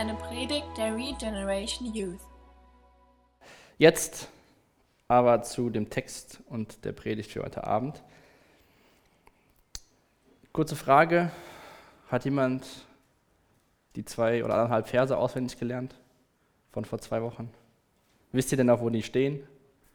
eine Predigt der Regeneration Youth. Jetzt aber zu dem Text und der Predigt für heute Abend. Kurze Frage, hat jemand die 2 oder 1,5 Verse auswendig gelernt von vor 2 Wochen? Wisst ihr denn auch, wo die stehen?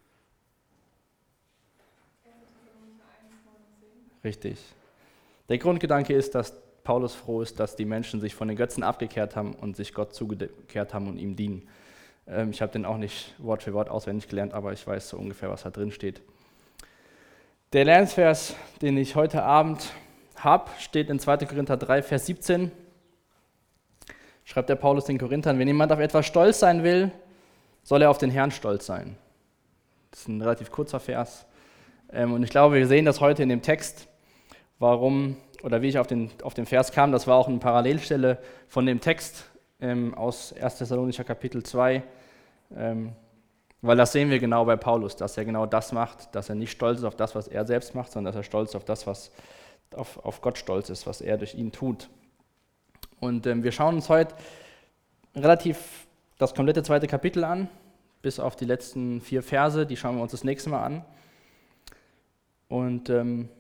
Richtig. Der Grundgedanke ist, dass Paulus froh ist, dass die Menschen sich von den Götzen abgekehrt haben und sich Gott zugekehrt haben und ihm dienen. Ich habe den auch nicht Wort für Wort auswendig gelernt, aber ich weiß so ungefähr, was da drin steht. Der Lernvers, den ich heute Abend habe, steht in 2. Korinther 3, Vers 17. Schreibt der Paulus den Korinthern: Wenn jemand auf etwas stolz sein will, soll er auf den Herrn stolz sein. Das ist ein relativ kurzer Vers. Und ich glaube, wir sehen das heute in dem Text, warum oder wie ich auf den Vers kam. Das war auch eine Parallelstelle von dem Text aus 1. Thessalonicher Kapitel 2, weil das sehen wir genau bei Paulus, dass er genau das macht, dass er nicht stolz ist auf das, was er selbst macht, sondern dass er stolz ist auf das, was auf Gott stolz ist, was er durch ihn tut. Und wir schauen uns heute relativ das komplette 2. Kapitel an, bis auf die letzten 4 Verse, die schauen wir uns das nächste Mal an. Und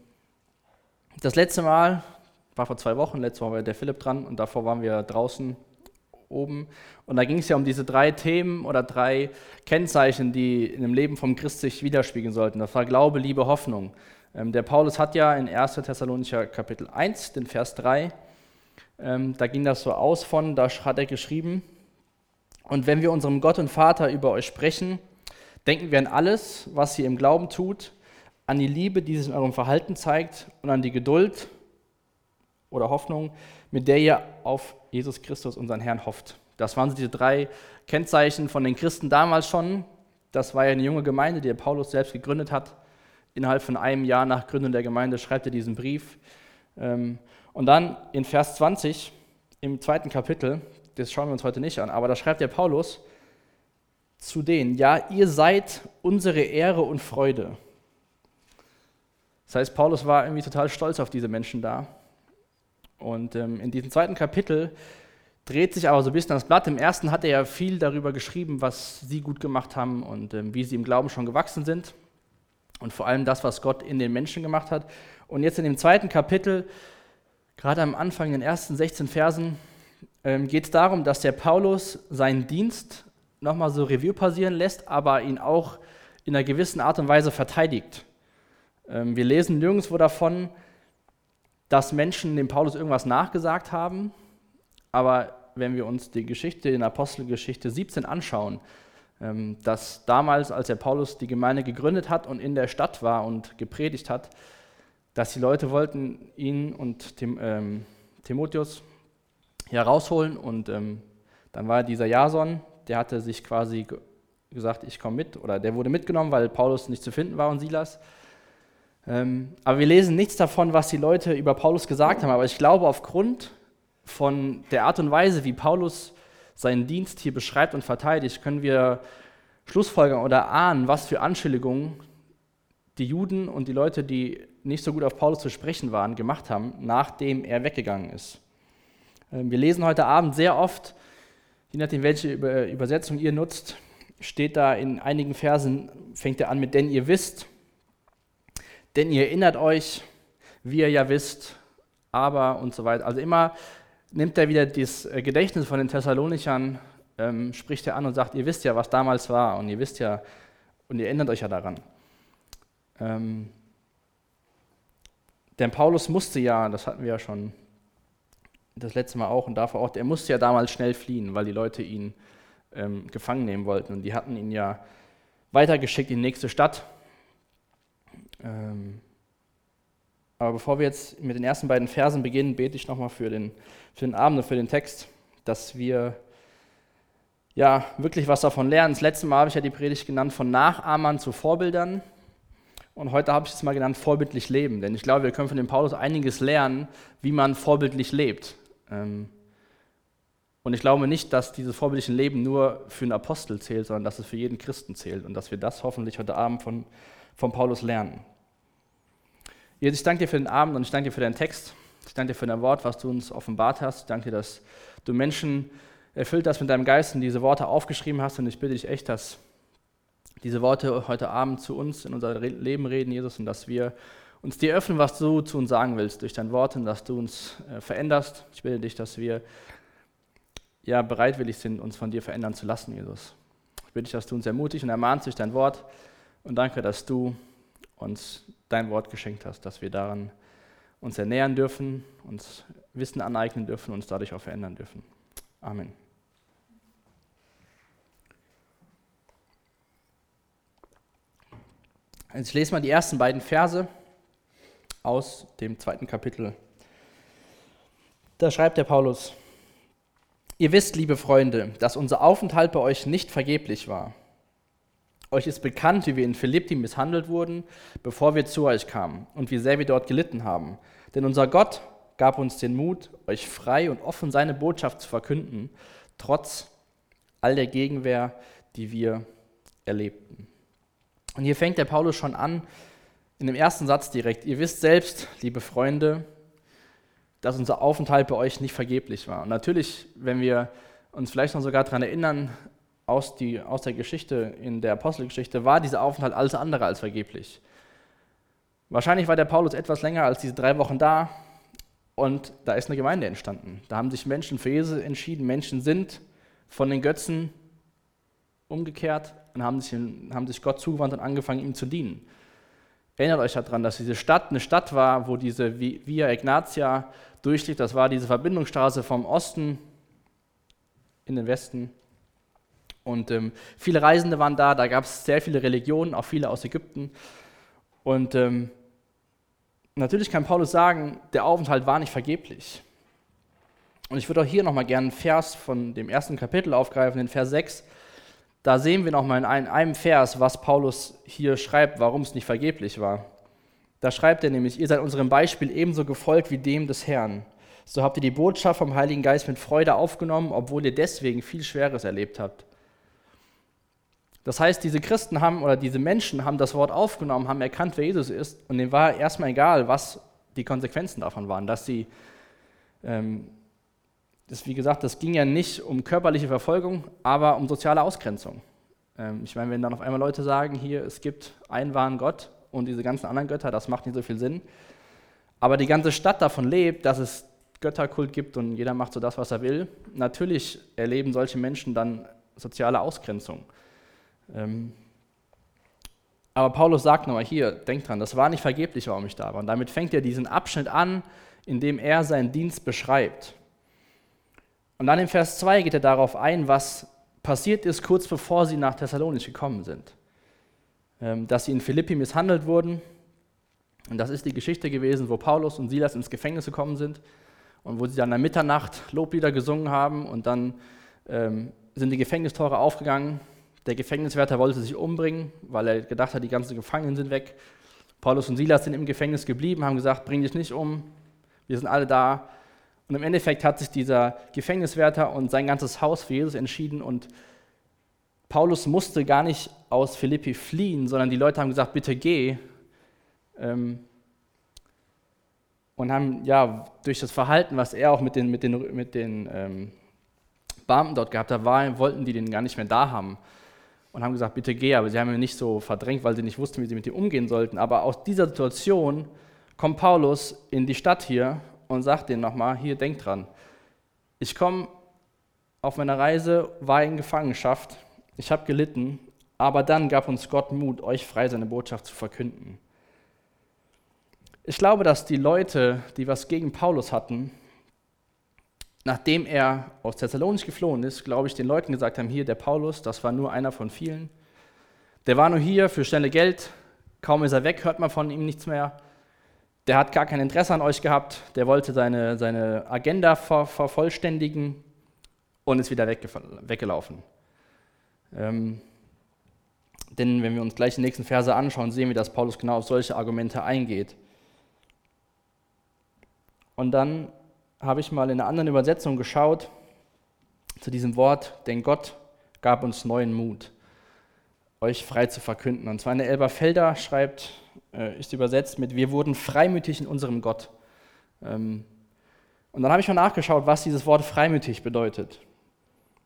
das letzte Mal war vor 2 Wochen, letzte Woche war der Philipp dran und davor waren wir draußen oben. Und da ging es ja um diese 3 Themen oder 3 Kennzeichen, die in dem Leben vom Christ sich widerspiegeln sollten. Das war Glaube, Liebe, Hoffnung. Der Paulus hat ja in 1. Thessalonicher Kapitel 1, den Vers 3, da ging das so aus von, da hat er geschrieben: Und wenn wir unserem Gott und Vater über euch sprechen, denken wir an alles, was ihr im Glauben tut, an die Liebe, die sich in eurem Verhalten zeigt und an die Geduld oder Hoffnung, mit der ihr auf Jesus Christus, unseren Herrn, hofft. Das waren so diese 3 Kennzeichen von den Christen damals schon. Das war ja eine junge Gemeinde, die der Paulus selbst gegründet hat. Innerhalb von einem Jahr nach Gründung der Gemeinde schreibt er diesen Brief. Und dann in Vers 20 im 2. Kapitel, das schauen wir uns heute nicht an, aber da schreibt der Paulus zu denen: Ja, ihr seid unsere Ehre und Freude. Das heißt, Paulus war irgendwie total stolz auf diese Menschen da. Und in diesem 2. Kapitel dreht sich aber so ein bisschen das Blatt. Im 1. hat er ja viel darüber geschrieben, was sie gut gemacht haben und wie sie im Glauben schon gewachsen sind. Und vor allem das, was Gott in den Menschen gemacht hat. Und jetzt in dem 2. Kapitel, gerade am Anfang, in den ersten 16 Versen, geht es darum, dass der Paulus seinen Dienst nochmal so Revue passieren lässt, aber ihn auch in einer gewissen Art und Weise verteidigt. Wir lesen nirgendwo davon, dass Menschen dem Paulus irgendwas nachgesagt haben, aber wenn wir uns die Geschichte in Apostelgeschichte 17 anschauen, dass damals, als der Paulus die Gemeinde gegründet hat und in der Stadt war und gepredigt hat, dass die Leute wollten ihn und Timotheus hier rausholen und dann war dieser Jason, der hatte sich quasi gesagt, ich komme mit, oder der wurde mitgenommen, weil Paulus nicht zu finden war und Silas. Aber wir lesen nichts davon, was die Leute über Paulus gesagt haben, aber ich glaube, aufgrund von der Art und Weise, wie Paulus seinen Dienst hier beschreibt und verteidigt, können wir schlussfolgern oder ahnen, was für Anschuldigungen die Juden und die Leute, die nicht so gut auf Paulus zu sprechen waren, gemacht haben, nachdem er weggegangen ist. Wir lesen heute Abend sehr oft, je nachdem, welche Übersetzung ihr nutzt, steht da in einigen Versen, fängt er an mit "denn ihr wisst", denn ihr erinnert euch, wie ihr ja wisst, aber und so weiter. Also immer nimmt er wieder das Gedächtnis von den Thessalonichern, spricht er an und sagt, ihr wisst ja, was damals war und ihr wisst ja und ihr erinnert euch ja daran. Denn Paulus musste ja, das hatten wir ja schon das letzte Mal auch und davor auch, er musste ja damals schnell fliehen, weil die Leute ihn gefangen nehmen wollten und die hatten ihn ja weitergeschickt in die nächste Stadt. Aber bevor wir jetzt mit den ersten beiden Versen beginnen, bete ich nochmal für den Abend und für den Text, dass wir ja wirklich was davon lernen. Das letzte Mal habe ich ja die Predigt genannt, von Nachahmern zu Vorbildern. Und heute habe ich es mal genannt, vorbildlich leben. Denn ich glaube, wir können von dem Paulus einiges lernen, wie man vorbildlich lebt. Und ich glaube nicht, dass dieses vorbildliche Leben nur für einen Apostel zählt, sondern dass es für jeden Christen zählt. Und dass wir das hoffentlich heute Abend von Paulus lernen. Jesus, ich danke dir für den Abend und ich danke dir für deinen Text. Ich danke dir für dein Wort, was du uns offenbart hast. Ich danke dir, dass du Menschen erfüllt das mit deinem Geist und diese Worte aufgeschrieben hast. Und ich bitte dich echt, dass diese Worte heute Abend zu uns in unser Leben reden, Jesus, und dass wir uns dir öffnen, was du zu uns sagen willst durch dein Wort und dass du uns veränderst. Ich bitte dich, dass wir bereitwillig sind, uns von dir verändern zu lassen, Jesus. Ich bitte dich, dass du uns ermutigst und ermahnst durch dein Wort und danke, dass du uns dein Wort geschenkt hast, dass wir daran uns ernähren dürfen, uns Wissen aneignen dürfen und uns dadurch auch verändern dürfen. Amen. Ich lese mal die ersten beiden Verse aus dem 2. Kapitel. Da schreibt der Paulus: Ihr wisst, liebe Freunde, dass unser Aufenthalt bei euch nicht vergeblich war. Euch ist bekannt, wie wir in Philippi misshandelt wurden, bevor wir zu euch kamen und wie sehr wir dort gelitten haben. Denn unser Gott gab uns den Mut, euch frei und offen seine Botschaft zu verkünden, trotz all der Gegenwehr, die wir erlebten. Und hier fängt der Paulus schon an, in dem ersten Satz direkt: Ihr wisst selbst, liebe Freunde, dass unser Aufenthalt bei euch nicht vergeblich war. Und natürlich, wenn wir uns vielleicht noch sogar daran erinnern, aus der Geschichte, in der Apostelgeschichte, war dieser Aufenthalt alles andere als vergeblich. Wahrscheinlich war der Paulus etwas länger als diese 3 Wochen da und da ist eine Gemeinde entstanden. Da haben sich Menschen für Jesus entschieden, Menschen sind von den Götzen umgekehrt und haben sich Gott zugewandt und angefangen, ihm zu dienen. Erinnert euch daran, dass diese Stadt eine Stadt war, wo diese Via Egnatia durchlief. Das war diese Verbindungsstraße vom Osten in den Westen. Und viele Reisende waren da gab es sehr viele Religionen, auch viele aus Ägypten. Und natürlich kann Paulus sagen, der Aufenthalt war nicht vergeblich. Und ich würde auch hier nochmal gerne einen Vers von dem 1. Kapitel aufgreifen, den Vers 6. Da sehen wir nochmal in einem Vers, was Paulus hier schreibt, warum es nicht vergeblich war. Da schreibt er nämlich: Ihr seid unserem Beispiel ebenso gefolgt wie dem des Herrn. So habt ihr die Botschaft vom Heiligen Geist mit Freude aufgenommen, obwohl ihr deswegen viel Schweres erlebt habt. Das heißt, diese Christen diese Menschen haben das Wort aufgenommen, haben erkannt, wer Jesus ist, und denen war erstmal egal, was die Konsequenzen davon waren, dass sie wie gesagt, das ging ja nicht um körperliche Verfolgung, aber um soziale Ausgrenzung. Ich meine, wenn dann auf einmal Leute sagen, hier, es gibt einen wahren Gott und diese ganzen anderen Götter, das macht nicht so viel Sinn. Aber die ganze Stadt davon lebt, dass es Götterkult gibt und jeder macht so das, was er will. Natürlich erleben solche Menschen dann soziale Ausgrenzung. Aber Paulus sagt nochmal hier, denkt dran, das war nicht vergeblich, warum ich da war. Und damit fängt er diesen Abschnitt an, in dem er seinen Dienst beschreibt. Und dann im Vers 2 geht er darauf ein, was passiert ist, kurz bevor sie nach Thessalonich gekommen sind. Dass sie in Philippi misshandelt wurden. Und das ist die Geschichte gewesen, wo Paulus und Silas ins Gefängnis gekommen sind und wo sie dann an Mitternacht Loblieder gesungen haben und dann sind die Gefängnistore aufgegangen. Der Gefängniswärter wollte sich umbringen, weil er gedacht hat, die ganzen Gefangenen sind weg. Paulus und Silas sind im Gefängnis geblieben, haben gesagt, bring dich nicht um, wir sind alle da. Und im Endeffekt hat sich dieser Gefängniswärter und sein ganzes Haus für Jesus entschieden und Paulus musste gar nicht aus Philippi fliehen, sondern die Leute haben gesagt, bitte geh. Und haben durch das Verhalten, was er auch mit den Beamten dort gehabt hat, wollten die den gar nicht mehr da haben und haben gesagt, bitte geh. Aber sie haben ihn nicht so verdrängt, weil sie nicht wussten, wie sie mit ihm umgehen sollten. Aber aus dieser Situation kommt Paulus in die Stadt hier und sagt denen nochmal, hier, denkt dran, ich komme auf meiner Reise, war in Gefangenschaft, ich habe gelitten, aber dann gab uns Gott Mut, euch frei seine Botschaft zu verkünden. Ich glaube, dass die Leute, die was gegen Paulus hatten, nachdem er aus Thessalonich geflohen ist, glaube ich, den Leuten gesagt haben, hier, der Paulus, das war nur einer von vielen, der war nur hier für schnelle Geld, kaum ist er weg, hört man von ihm nichts mehr. Der hat gar kein Interesse an euch gehabt, der wollte seine Agenda vervollständigen und ist wieder weggelaufen. Denn wenn wir uns gleich die nächsten Verse anschauen, sehen wir, dass Paulus genau auf solche Argumente eingeht. Und dann habe ich mal in einer anderen Übersetzung geschaut zu diesem Wort, denn Gott gab uns neuen Mut, euch frei zu verkünden. Und zwar in der Elberfelder ist übersetzt mit, wir wurden freimütig in unserem Gott. Und dann habe ich mal nachgeschaut, was dieses Wort freimütig bedeutet.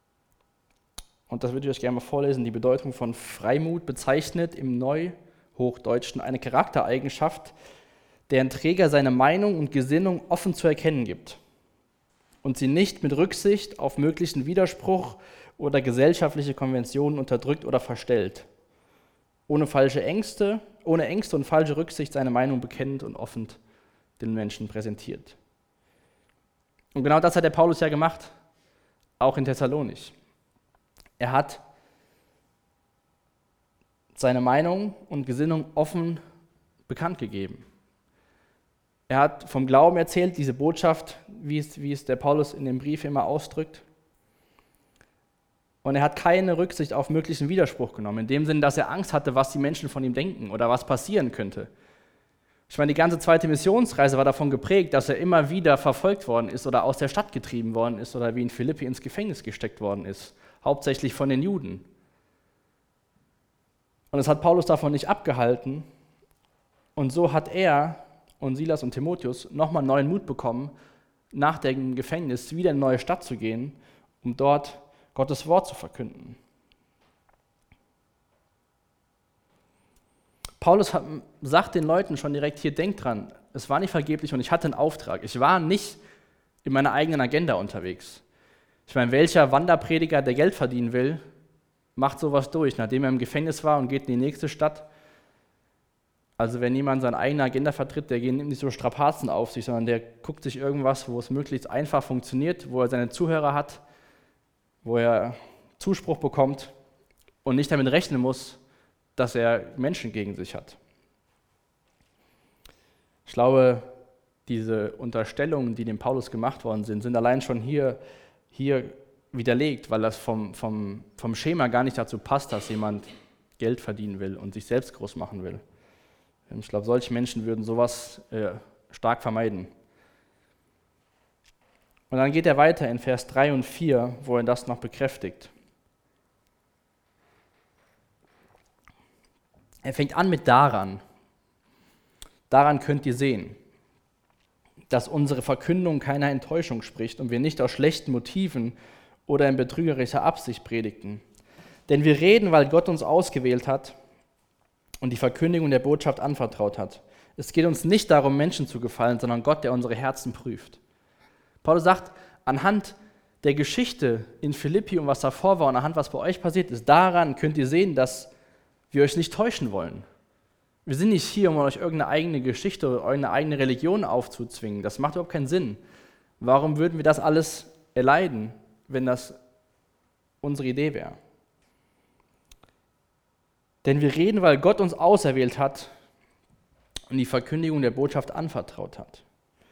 und das würde ich euch gerne mal vorlesen, die Bedeutung von Freimut bezeichnet im Neuhochdeutschen eine Charaktereigenschaft, deren Träger seine Meinung und Gesinnung offen zu erkennen gibt und sie nicht mit Rücksicht auf möglichen Widerspruch oder gesellschaftliche Konventionen unterdrückt oder verstellt, ohne Ängste und falsche Rücksicht seine Meinung bekennend und offen den Menschen präsentiert. Und genau das hat der Paulus ja gemacht, auch in Thessalonich. Er hat seine Meinung und Gesinnung offen bekannt gegeben. Er hat vom Glauben erzählt, diese Botschaft, wie es der Paulus in dem Brief immer ausdrückt. Und er hat keine Rücksicht auf möglichen Widerspruch genommen, in dem Sinne, dass er Angst hatte, was die Menschen von ihm denken oder was passieren könnte. Ich meine, die ganze zweite Missionsreise war davon geprägt, dass er immer wieder verfolgt worden ist oder aus der Stadt getrieben worden ist oder wie in Philippi ins Gefängnis gesteckt worden ist, hauptsächlich von den Juden. Und es hat Paulus davon nicht abgehalten. Und so hat er und Silas und Timotheus nochmal neuen Mut bekommen, nach dem Gefängnis wieder in eine neue Stadt zu gehen, um dort Gottes Wort zu verkünden. Paulus sagt den Leuten schon direkt hier, denkt dran, es war nicht vergeblich und ich hatte einen Auftrag. Ich war nicht in meiner eigenen Agenda unterwegs. Ich meine, welcher Wanderprediger, der Geld verdienen will, macht sowas durch, nachdem er im Gefängnis war und geht in die nächste Stadt? Also wenn jemand seine eigene Agenda vertritt, der nimmt nicht so Strapazen auf sich, sondern der guckt sich irgendwas, wo es möglichst einfach funktioniert, wo er seine Zuhörer hat, wo er Zuspruch bekommt und nicht damit rechnen muss, dass er Menschen gegen sich hat. Ich glaube, diese Unterstellungen, die dem Paulus gemacht worden sind allein schon hier widerlegt, weil das vom Schema gar nicht dazu passt, dass jemand Geld verdienen will und sich selbst groß machen will. Ich glaube, solche Menschen würden sowas stark vermeiden. Und dann geht er weiter in Vers 3 und 4, wo er das noch bekräftigt. Er fängt an mit daran. Daran könnt ihr sehen, dass unsere Verkündung keiner Enttäuschung spricht und wir nicht aus schlechten Motiven oder in betrügerischer Absicht predigten. Denn wir reden, weil Gott uns ausgewählt hat und die Verkündigung der Botschaft anvertraut hat. Es geht uns nicht darum, Menschen zu gefallen, sondern Gott, der unsere Herzen prüft. Paulus sagt, anhand der Geschichte in Philippi und was davor war und anhand was bei euch passiert ist, daran könnt ihr sehen, dass wir euch nicht täuschen wollen. Wir sind nicht hier, um euch irgendeine eigene Geschichte oder irgendeine eigene Religion aufzuzwingen. Das macht überhaupt keinen Sinn. Warum würden wir das alles erleiden, wenn das unsere Idee wäre? Denn wir reden, weil Gott uns auserwählt hat und die Verkündigung der Botschaft anvertraut hat.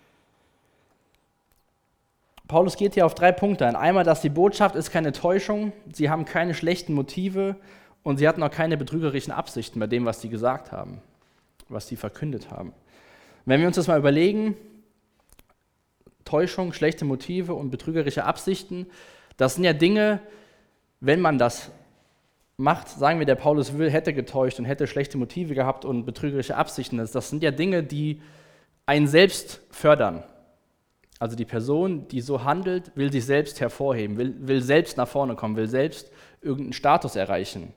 Paulus geht hier auf 3 Punkte ein. Einmal, dass die Botschaft ist keine Täuschung, sie haben keine schlechten Motive und sie hatten auch keine betrügerischen Absichten bei dem, was sie gesagt haben, was sie verkündet haben. Wenn wir uns das mal überlegen, Täuschung, schlechte Motive und betrügerische Absichten, das sind ja Dinge, wenn man das macht, sagen wir, der Paulus hätte getäuscht und hätte schlechte Motive gehabt und betrügerische Absichten, das sind ja Dinge, die einen selbst fördern. Also die Person, die so handelt, will sich selbst hervorheben, will selbst nach vorne kommen, will selbst irgendeinen Status erreichen.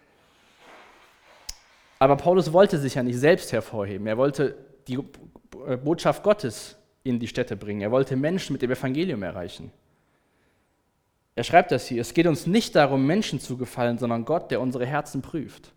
Aber Paulus wollte sich ja nicht selbst hervorheben. Er wollte die Botschaft Gottes in die Städte bringen. Er wollte Menschen mit dem Evangelium erreichen. Er schreibt das hier, es geht uns nicht darum, Menschen zu gefallen, sondern Gott, der unsere Herzen prüft.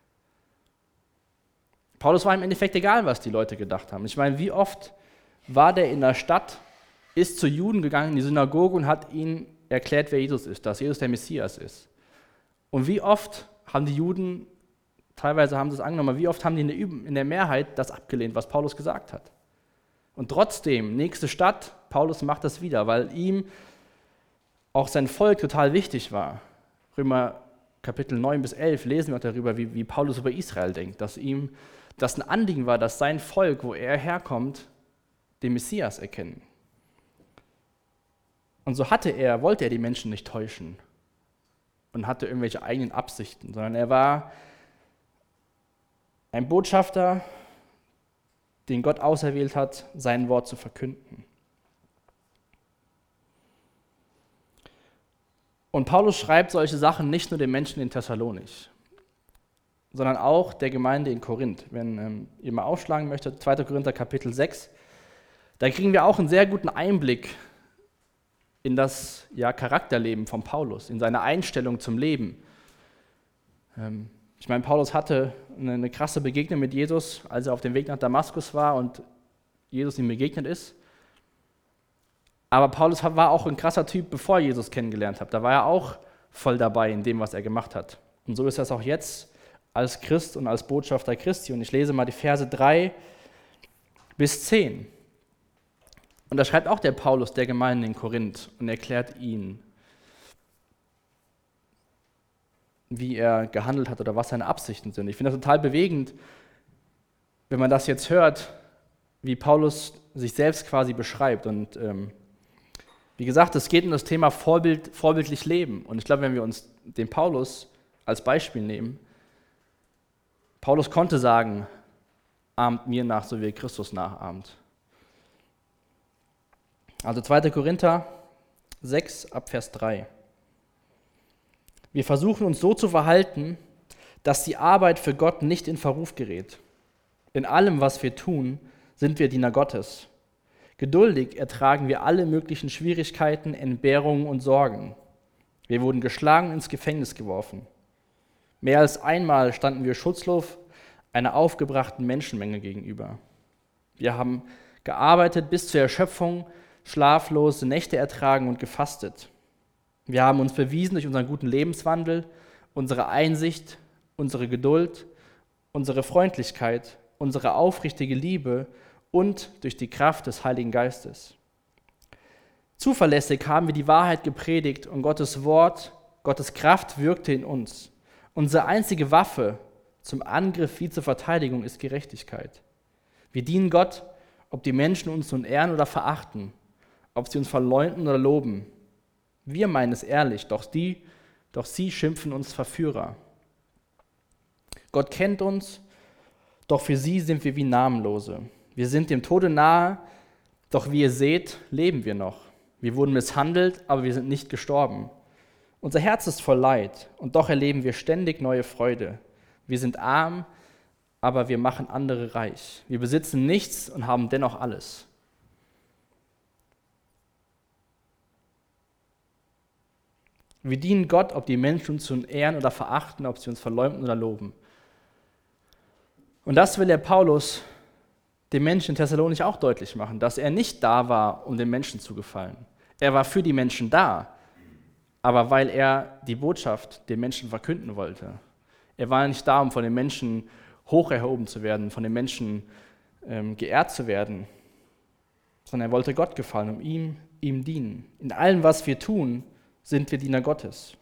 Paulus war im Endeffekt egal, was die Leute gedacht haben. Ich meine, wie oft war der in der Stadt, ist zu Juden gegangen in die Synagoge und hat ihnen erklärt, wer Jesus ist, dass Jesus der Messias ist. Und wie oft haben die Juden, teilweise haben sie es angenommen, aber wie oft haben die in der Mehrheit das abgelehnt, was Paulus gesagt hat. Und trotzdem, nächste Stadt, Paulus macht das wieder, weil ihm auch sein Volk total wichtig war. Römer Kapitel 9 bis 11 lesen wir auch darüber, wie Paulus über Israel denkt, dass ihm das ein Anliegen war, dass sein Volk, wo er herkommt, den Messias erkennen. Und so wollte er die Menschen nicht täuschen und hatte irgendwelche eigenen Absichten, sondern er war ein Botschafter, den Gott auserwählt hat, sein Wort zu verkünden. Und Paulus schreibt solche Sachen nicht nur den Menschen in Thessalonich, sondern auch der Gemeinde in Korinth. Wenn ihr mal aufschlagen möchtet, 2. Korinther Kapitel 6, da kriegen wir auch einen sehr guten Einblick in das Charakterleben von Paulus, in seine Einstellung zum Leben. Ich meine, Paulus hatte eine krasse Begegnung mit Jesus, als er auf dem Weg nach Damaskus war und Jesus ihm begegnet ist. Aber Paulus war auch ein krasser Typ, bevor er Jesus kennengelernt hat. Da war er auch voll dabei in dem, was er gemacht hat. Und so ist das auch jetzt als Christ und als Botschafter Christi. Und ich lese mal die Verse 3 bis 10. Und da schreibt auch der Paulus der Gemeinde in Korinth und erklärt ihnen, wie er gehandelt hat oder was seine Absichten sind. Ich finde das total bewegend, wenn man das jetzt hört, wie Paulus sich selbst quasi beschreibt. Und wie gesagt, es geht um das Thema vorbildlich leben. Und ich glaube, wenn wir uns den Paulus als Beispiel nehmen, Paulus konnte sagen, ahmt mir nach, so wie ihr Christus nachahmt. Also 2. Korinther 6 ab Vers 3. Wir versuchen uns so zu verhalten, dass die Arbeit für Gott nicht in Verruf gerät. In allem, was wir tun, sind wir Diener Gottes. Geduldig ertragen wir alle möglichen Schwierigkeiten, Entbehrungen und Sorgen. Wir wurden geschlagen und ins Gefängnis geworfen. Mehr als einmal standen wir schutzlos einer aufgebrachten Menschenmenge gegenüber. Wir haben gearbeitet bis zur Erschöpfung, schlaflose Nächte ertragen und gefastet. Wir haben uns bewiesen durch unseren guten Lebenswandel, unsere Einsicht, unsere Geduld, unsere Freundlichkeit, unsere aufrichtige Liebe und durch die Kraft des Heiligen Geistes. Zuverlässig haben wir die Wahrheit gepredigt und Gottes Wort, Gottes Kraft wirkte in uns. Unsere einzige Waffe zum Angriff wie zur Verteidigung ist Gerechtigkeit. Wir dienen Gott, ob die Menschen uns nun ehren oder verachten, ob sie uns verleumden oder loben. Wir meinen es ehrlich, doch sie schimpfen uns Verführer. Gott kennt uns, doch für sie sind wir wie Namenlose. Wir sind dem Tode nahe, doch wie ihr seht, leben wir noch. Wir wurden misshandelt, aber wir sind nicht gestorben. Unser Herz ist voll Leid und doch erleben wir ständig neue Freude. Wir sind arm, aber wir machen andere reich. Wir besitzen nichts und haben dennoch alles. Wir dienen Gott, ob die Menschen uns nun ehren oder verachten, ob sie uns verleumden oder loben. Und das will der Paulus den Menschen in Thessalonich auch deutlich machen, dass er nicht da war, um den Menschen zu gefallen. Er war für die Menschen da, aber weil er die Botschaft den Menschen verkünden wollte. Er war nicht da, um von den Menschen hoch erhoben zu werden, von den Menschen geehrt zu werden, sondern er wollte Gott gefallen, um ihm dienen. In allem, was wir tun, sind wir Diener Gottes.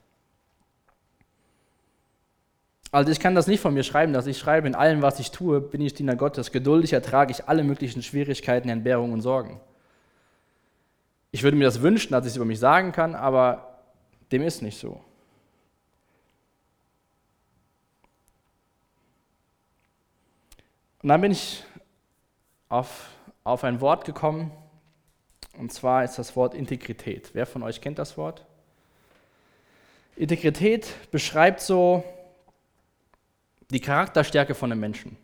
Also ich kann das nicht von mir schreiben, dass ich schreibe, in allem, was ich tue, bin ich Diener Gottes. Geduldig ertrage ich alle möglichen Schwierigkeiten, Entbehrungen und Sorgen. Ich würde mir das wünschen, dass ich es über mich sagen kann, aber dem ist nicht so. Und dann bin ich auf ein Wort gekommen, und zwar ist das Wort Integrität. Wer von euch kennt das Wort? Integrität beschreibt so die Charakterstärke von einem Menschen.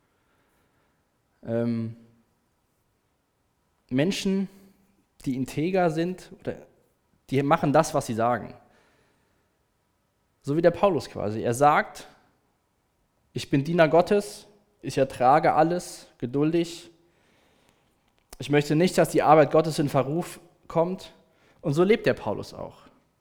Menschen, die integer sind, oder die machen das, was sie sagen. So wie der Paulus quasi. Er sagt, ich bin Diener Gottes, ich ertrage alles, geduldig. Ich möchte nicht, dass die Arbeit Gottes in Verruf kommt. Und so lebt der Paulus auch.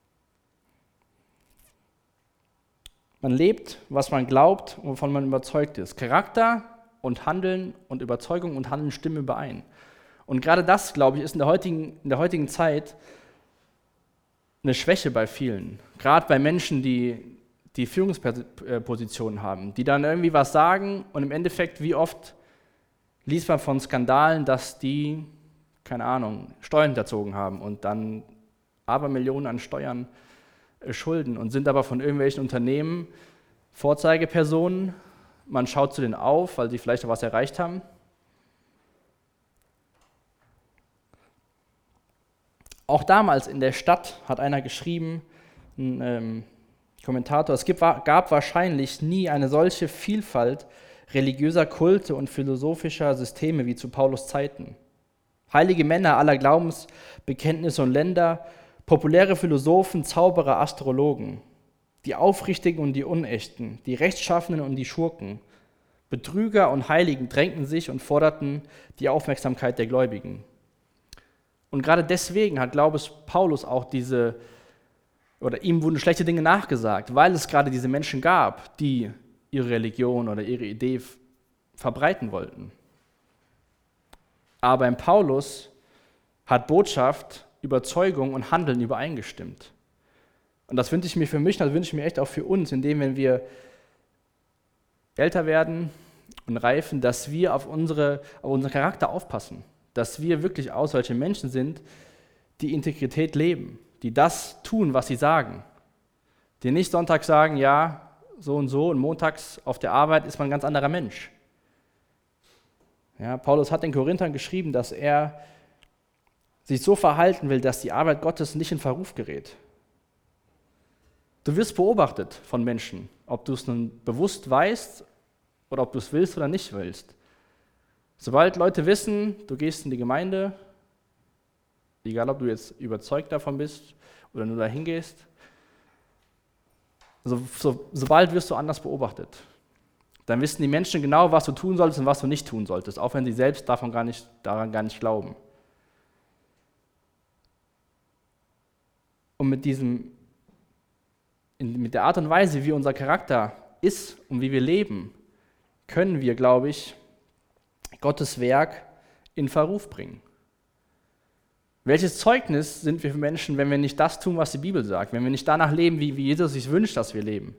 Man lebt, was man glaubt und wovon man überzeugt ist. Charakter und Handeln und Überzeugung und Handeln stimmen überein. Und gerade das, glaube ich, ist in der heutigen Zeit eine Schwäche bei vielen. Gerade bei Menschen, die Führungspositionen haben, die dann irgendwie was sagen und im Endeffekt, wie oft liest man von Skandalen, dass die, keine Ahnung, Steuern hinterzogen haben und dann Abermillionen an Steuern schulden und sind aber von irgendwelchen Unternehmen Vorzeigepersonen. Man schaut zu denen auf, weil sie vielleicht auch was erreicht haben. Auch damals in der Stadt hat einer geschrieben, ein Kommentator, es gab wahrscheinlich nie eine solche Vielfalt religiöser Kulte und philosophischer Systeme wie zu Paulus Zeiten. Heilige Männer aller Glaubensbekenntnisse und Länder, populäre Philosophen, Zauberer, Astrologen, die Aufrichtigen und die Unechten, die Rechtschaffenen und die Schurken, Betrüger und Heiligen drängten sich und forderten die Aufmerksamkeit der Gläubigen. Und gerade deswegen hat, glaube ich, Paulus auch ihm wurden schlechte Dinge nachgesagt, weil es gerade diese Menschen gab, die ihre Religion oder ihre Idee verbreiten wollten. Aber in Paulus hat Botschaft, Überzeugung und Handeln übereingestimmt. Und das wünsche ich mir für mich, das wünsche ich mir echt auch für uns, indem, wenn wir älter werden und reifen, dass wir auf unseren Charakter aufpassen, dass wir wirklich auch solche Menschen sind, die Integrität leben, die das tun, was sie sagen, die nicht sonntags sagen, ja, so und montags auf der Arbeit ist man ein ganz anderer Mensch. Ja, Paulus hat den Korinthern geschrieben, dass er sich so verhalten will, dass die Arbeit Gottes nicht in Verruf gerät. Du wirst beobachtet von Menschen, ob du es nun bewusst weißt oder ob du es willst oder nicht willst. Sobald Leute wissen, du gehst in die Gemeinde, egal ob du jetzt überzeugt davon bist oder nur dahin gehst, sobald wirst du anders beobachtet. Dann wissen die Menschen genau, was du tun solltest und was du nicht tun solltest, auch wenn sie selbst daran gar nicht glauben. Und mit der Art und Weise, wie unser Charakter ist und wie wir leben, können wir, glaube ich, Gottes Werk in Verruf bringen. Welches Zeugnis sind wir für Menschen, wenn wir nicht das tun, was die Bibel sagt, wenn wir nicht danach leben, wie Jesus sich wünscht, dass wir leben?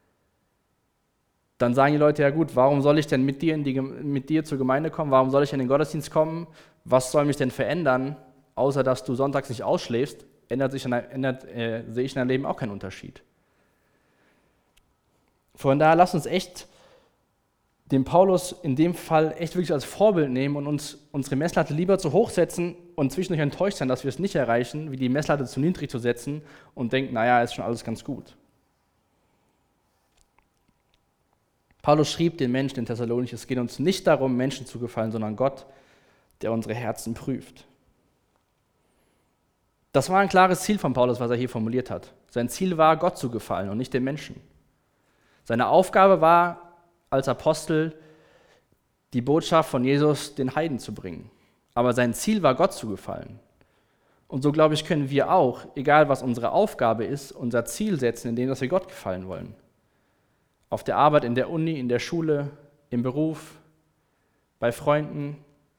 Dann sagen die Leute, ja gut, warum soll ich denn mit dir zur Gemeinde kommen? Warum soll ich in den Gottesdienst kommen? Was soll mich denn verändern, außer dass du sonntags nicht ausschläfst? Sehe ich in deinem Leben auch keinen Unterschied. Von daher lasst uns echt den Paulus in dem Fall echt wirklich als Vorbild nehmen und uns unsere Messlatte lieber zu hoch setzen und zwischendurch enttäuscht sein, dass wir es nicht erreichen, wie die Messlatte zu niedrig zu setzen und denken, naja, ist schon alles ganz gut. Paulus schrieb den Menschen in Thessalonich, es geht uns nicht darum, Menschen zu gefallen, sondern Gott, der unsere Herzen prüft. Das war ein klares Ziel von Paulus, was er hier formuliert hat. Sein Ziel war, Gott zu gefallen und nicht den Menschen. Seine Aufgabe war, als Apostel die Botschaft von Jesus den Heiden zu bringen. Aber sein Ziel war, Gott zu gefallen. Und so, glaube ich, können wir auch, egal was unsere Aufgabe ist, unser Ziel setzen, indem wir Gott gefallen wollen. Auf der Arbeit, in der Uni, in der Schule, im Beruf, bei Freunden.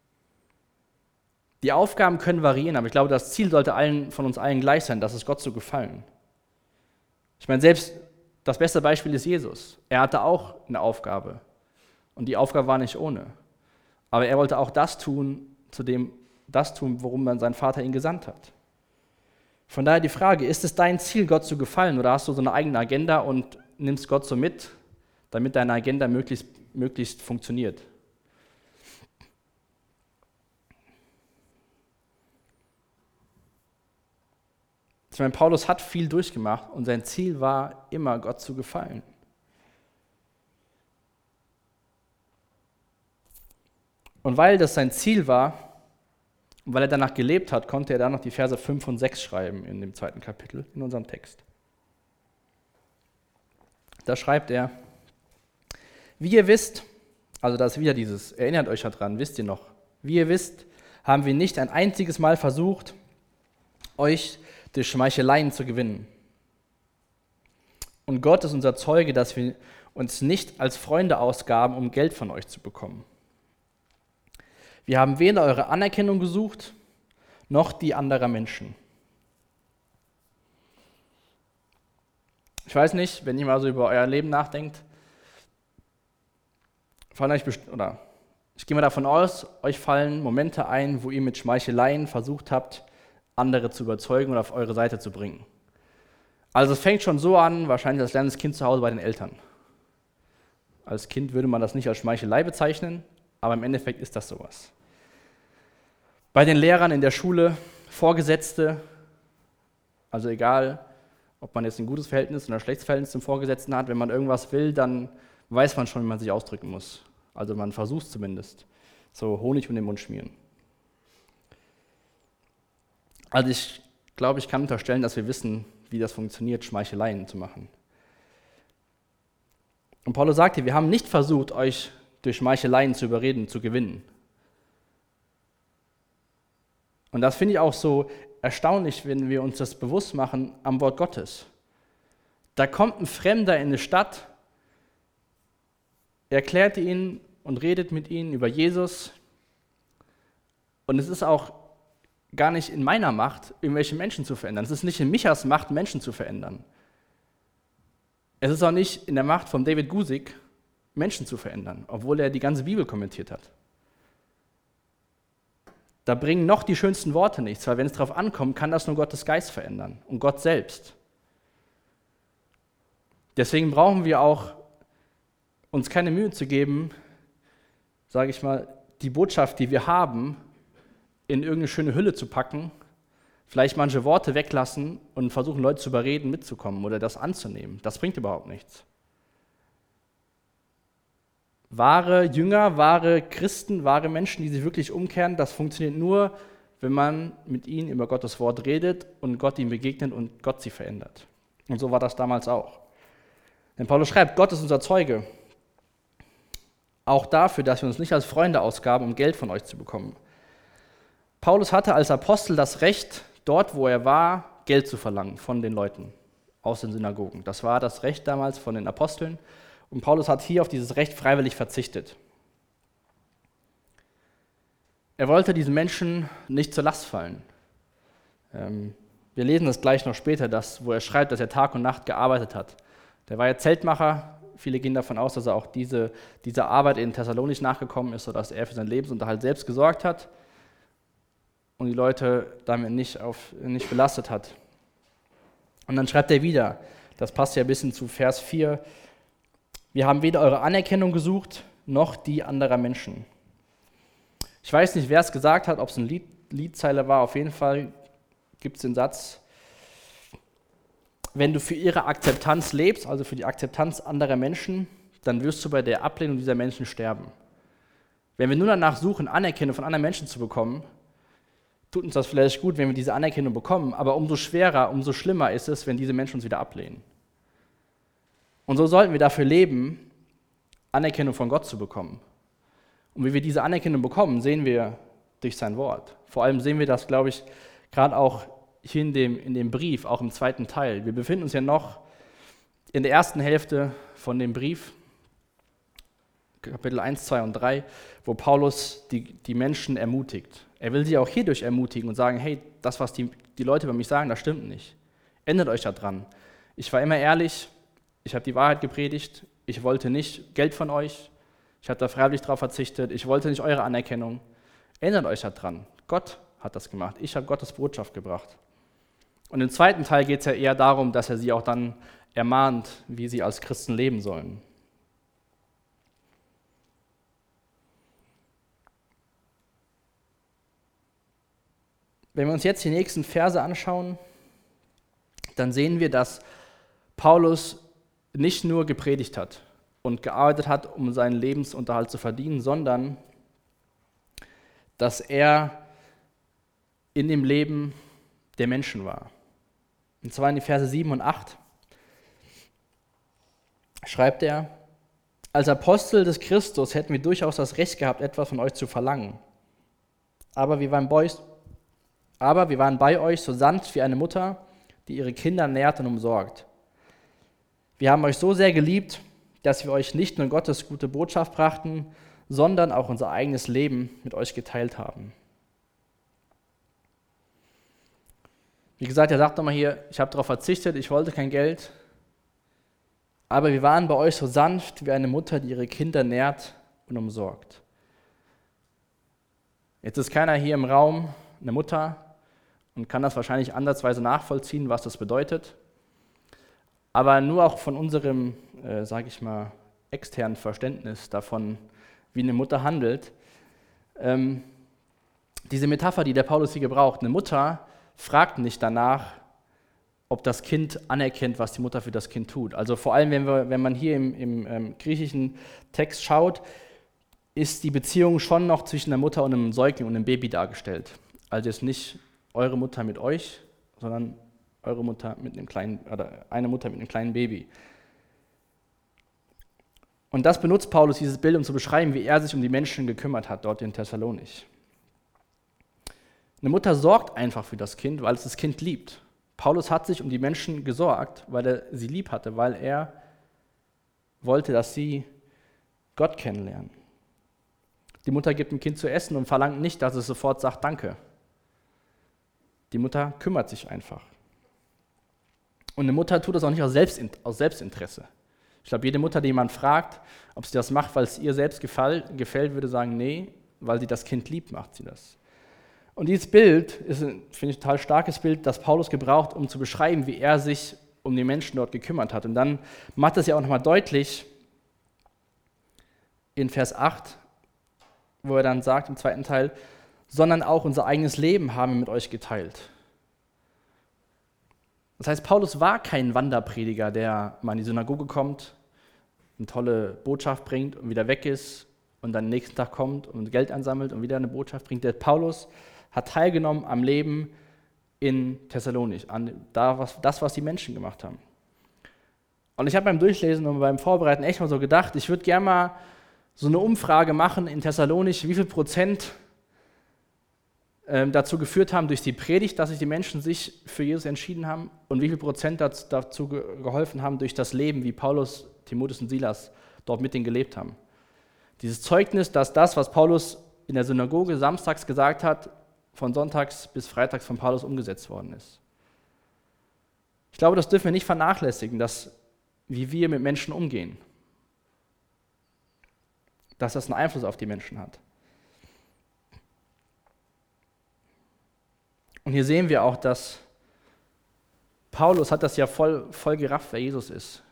Die Aufgaben können variieren, aber ich glaube, das Ziel sollte von uns allen gleich sein, das ist Gott zu gefallen. Ich meine, selbst das beste Beispiel ist Jesus. Er hatte auch eine Aufgabe und die Aufgabe war nicht ohne. Aber er wollte auch das tun, worum dann sein Vater ihn gesandt hat. Von daher die Frage, ist es dein Ziel, Gott zu gefallen oder hast du so eine eigene Agenda und nimmst Gott so mit, damit deine Agenda möglichst funktioniert? Ich meine, Paulus hat viel durchgemacht und sein Ziel war immer, Gott zu gefallen. Und weil das sein Ziel war und weil er danach gelebt hat, konnte er dann noch die Verse 5 und 6 schreiben in dem 2. Kapitel in unserem Text. Da schreibt er, wie ihr wisst, also da ist wieder dieses, erinnert euch daran, wisst ihr noch, wie ihr wisst, haben wir nicht ein einziges Mal versucht, euch durch Schmeicheleien zu gewinnen. Und Gott ist unser Zeuge, dass wir uns nicht als Freunde ausgaben, um Geld von euch zu bekommen. Wir haben weder eure Anerkennung gesucht, noch die anderer Menschen. Ich weiß nicht, wenn ihr mal so über euer Leben nachdenkt, ich gehe mal davon aus, euch fallen Momente ein, wo ihr mit Schmeicheleien versucht habt, andere zu überzeugen oder auf eure Seite zu bringen. Also es fängt schon so an, wahrscheinlich als kleines Kind zu Hause bei den Eltern. Als Kind würde man das nicht als Schmeichelei bezeichnen, aber im Endeffekt ist das sowas. Bei den Lehrern in der Schule, Vorgesetzte, also egal, Ob man jetzt ein gutes Verhältnis oder ein schlechtes Verhältnis zum Vorgesetzten hat, wenn man irgendwas will, dann weiß man schon, wie man sich ausdrücken muss. Also man versucht es zumindest. So Honig um den Mund schmieren. Also ich glaube, ich kann unterstellen, dass wir wissen, wie das funktioniert, Schmeicheleien zu machen. Und Paulus sagte, wir haben nicht versucht, euch durch Schmeicheleien zu überreden, zu gewinnen. Und das finde ich auch so erstaunlich, wenn wir uns das bewusst machen am Wort Gottes. Da kommt ein Fremder in eine Stadt, erklärt ihn und redet mit ihnen über Jesus. Und es ist auch gar nicht in meiner Macht, irgendwelche Menschen zu verändern. Es ist nicht in Michas Macht, Menschen zu verändern. Es ist auch nicht in der Macht von David Guzik, Menschen zu verändern, obwohl er die ganze Bibel kommentiert hat. Da bringen noch die schönsten Worte nichts, weil wenn es darauf ankommt, kann das nur Gottes Geist verändern und Gott selbst. Deswegen brauchen wir auch uns keine Mühe zu geben, sage ich mal, die Botschaft, die wir haben, in irgendeine schöne Hülle zu packen, vielleicht manche Worte weglassen und versuchen, Leute zu überreden, mitzukommen oder das anzunehmen. Das bringt überhaupt nichts. Wahre Jünger, wahre Christen, wahre Menschen, die sich wirklich umkehren, das funktioniert nur, wenn man mit ihnen über Gottes Wort redet und Gott ihnen begegnet und Gott sie verändert. Und so war das damals auch. Denn Paulus schreibt, Gott ist unser Zeuge. Auch dafür, dass wir uns nicht als Freunde ausgaben, um Geld von euch zu bekommen. Paulus hatte als Apostel das Recht, dort wo er war, Geld zu verlangen von den Leuten aus den Synagogen. Das war das Recht damals von den Aposteln. Und Paulus hat hier auf dieses Recht freiwillig verzichtet. Er wollte diesen Menschen nicht zur Last fallen. Wir lesen das gleich noch später, wo er schreibt, dass er Tag und Nacht gearbeitet hat. Der war ja Zeltmacher. Viele gehen davon aus, dass er auch dieser Arbeit in Thessalonich nachgekommen ist, sodass er für seinen Lebensunterhalt selbst gesorgt hat und die Leute damit nicht belastet hat. Und dann schreibt er wieder, das passt ja ein bisschen zu Vers 4, wir haben weder eure Anerkennung gesucht, noch die anderer Menschen. Ich weiß nicht, wer es gesagt hat, ob es eine Liedzeile war, auf jeden Fall gibt es den Satz, wenn du für ihre Akzeptanz lebst, also für die Akzeptanz anderer Menschen, dann wirst du bei der Ablehnung dieser Menschen sterben. Wenn wir nur danach suchen, Anerkennung von anderen Menschen zu bekommen, tut uns das vielleicht gut, wenn wir diese Anerkennung bekommen, aber umso schwerer, umso schlimmer ist es, wenn diese Menschen uns wieder ablehnen. Und so sollten wir dafür leben, Anerkennung von Gott zu bekommen. Und wie wir diese Anerkennung bekommen, sehen wir durch sein Wort. Vor allem sehen wir das, glaube ich, gerade auch hier in dem Brief, auch im zweiten Teil. Wir befinden uns ja noch in der ersten Hälfte von dem Brief, Kapitel 1, 2 und 3, wo Paulus die Menschen ermutigt. Er will sie auch hierdurch ermutigen und sagen, hey, das, was die Leute über mich sagen, das stimmt nicht. Ändert euch daran. Ich war immer ehrlich, ich habe die Wahrheit gepredigt, ich wollte nicht Geld von euch, ich habe da freiwillig darauf verzichtet, ich wollte nicht eure Anerkennung. Ändert euch daran. Gott hat das gemacht. Ich habe Gottes Botschaft gebracht. Und im zweiten Teil geht es ja eher darum, dass er sie auch dann ermahnt, wie sie als Christen leben sollen. Wenn wir uns jetzt die nächsten Verse anschauen, dann sehen wir, dass Paulus nicht nur gepredigt hat und gearbeitet hat, um seinen Lebensunterhalt zu verdienen, sondern dass er in dem Leben der Menschen war. Und zwar in die Verse 7 und 8 schreibt er, als Apostel des Christus hätten wir durchaus das Recht gehabt, etwas von euch zu verlangen. Aber wir waren bei euch so sanft wie eine Mutter, die ihre Kinder nährt und umsorgt. Wir haben euch so sehr geliebt, dass wir euch nicht nur Gottes gute Botschaft brachten, sondern auch unser eigenes Leben mit euch geteilt haben. Wie gesagt, er sagt nochmal hier, ich habe darauf verzichtet, ich wollte kein Geld, aber wir waren bei euch so sanft wie eine Mutter, die ihre Kinder nährt und umsorgt. Jetzt ist keiner hier im Raum eine Mutter und kann das wahrscheinlich ansatzweise nachvollziehen, was das bedeutet. Aber nur auch von unserem, sage ich mal, externen Verständnis davon, wie eine Mutter handelt. Diese Metapher, die der Paulus hier gebraucht, eine Mutter fragt nicht danach, ob das Kind anerkennt, was die Mutter für das Kind tut. Also vor allem, wenn man hier im griechischen Text schaut, ist die Beziehung schon noch zwischen der Mutter und einem Säugling und einem Baby dargestellt. Also jetzt nicht eure Mutter mit euch, sondern eure Mutter mit einem kleinen, oder eine Mutter mit einem kleinen Baby. Und das benutzt Paulus, dieses Bild, um zu beschreiben, wie er sich um die Menschen gekümmert hat, dort in Thessalonich. Eine Mutter sorgt einfach für das Kind, weil es das Kind liebt. Paulus hat sich um die Menschen gesorgt, weil er sie lieb hatte, weil er wollte, dass sie Gott kennenlernen. Die Mutter gibt dem Kind zu essen und verlangt nicht, dass es sofort sagt Danke. Die Mutter kümmert sich einfach. Und eine Mutter tut das auch nicht aus Selbstinteresse. Ich glaube, jede Mutter, die jemand fragt, ob sie das macht, weil es ihr selbst gefällt, würde sagen, nee, weil sie das Kind liebt, macht sie das. Und dieses Bild ist, finde ich, ein total starkes Bild, das Paulus gebraucht, um zu beschreiben, wie er sich um die Menschen dort gekümmert hat. Und dann macht es ja auch nochmal deutlich in Vers 8, wo er dann sagt im zweiten Teil, sondern auch unser eigenes Leben haben wir mit euch geteilt. Das heißt, Paulus war kein Wanderprediger, der mal in die Synagoge kommt, eine tolle Botschaft bringt und wieder weg ist und dann am nächsten Tag kommt und Geld ansammelt und wieder eine Botschaft bringt. Der Paulus hat teilgenommen am Leben in Thessalonich, an das, was die Menschen gemacht haben. Und ich habe beim Durchlesen und beim Vorbereiten echt mal so gedacht, ich würde gerne mal so eine Umfrage machen in Thessalonich, wie viel Prozent dazu geführt haben durch die Predigt, dass sich die Menschen sich für Jesus entschieden haben und wie viel Prozent dazu geholfen haben durch das Leben, wie Paulus, Timotheus und Silas dort mit denen gelebt haben. Dieses Zeugnis, dass das, was Paulus in der Synagoge samstags gesagt hat, von sonntags bis freitags von Paulus umgesetzt worden ist. Ich glaube, das dürfen wir nicht vernachlässigen, wie wir mit Menschen umgehen. Dass das einen Einfluss auf die Menschen hat. Und hier sehen wir auch, dass Paulus hat das ja voll gerafft, wer Jesus ist.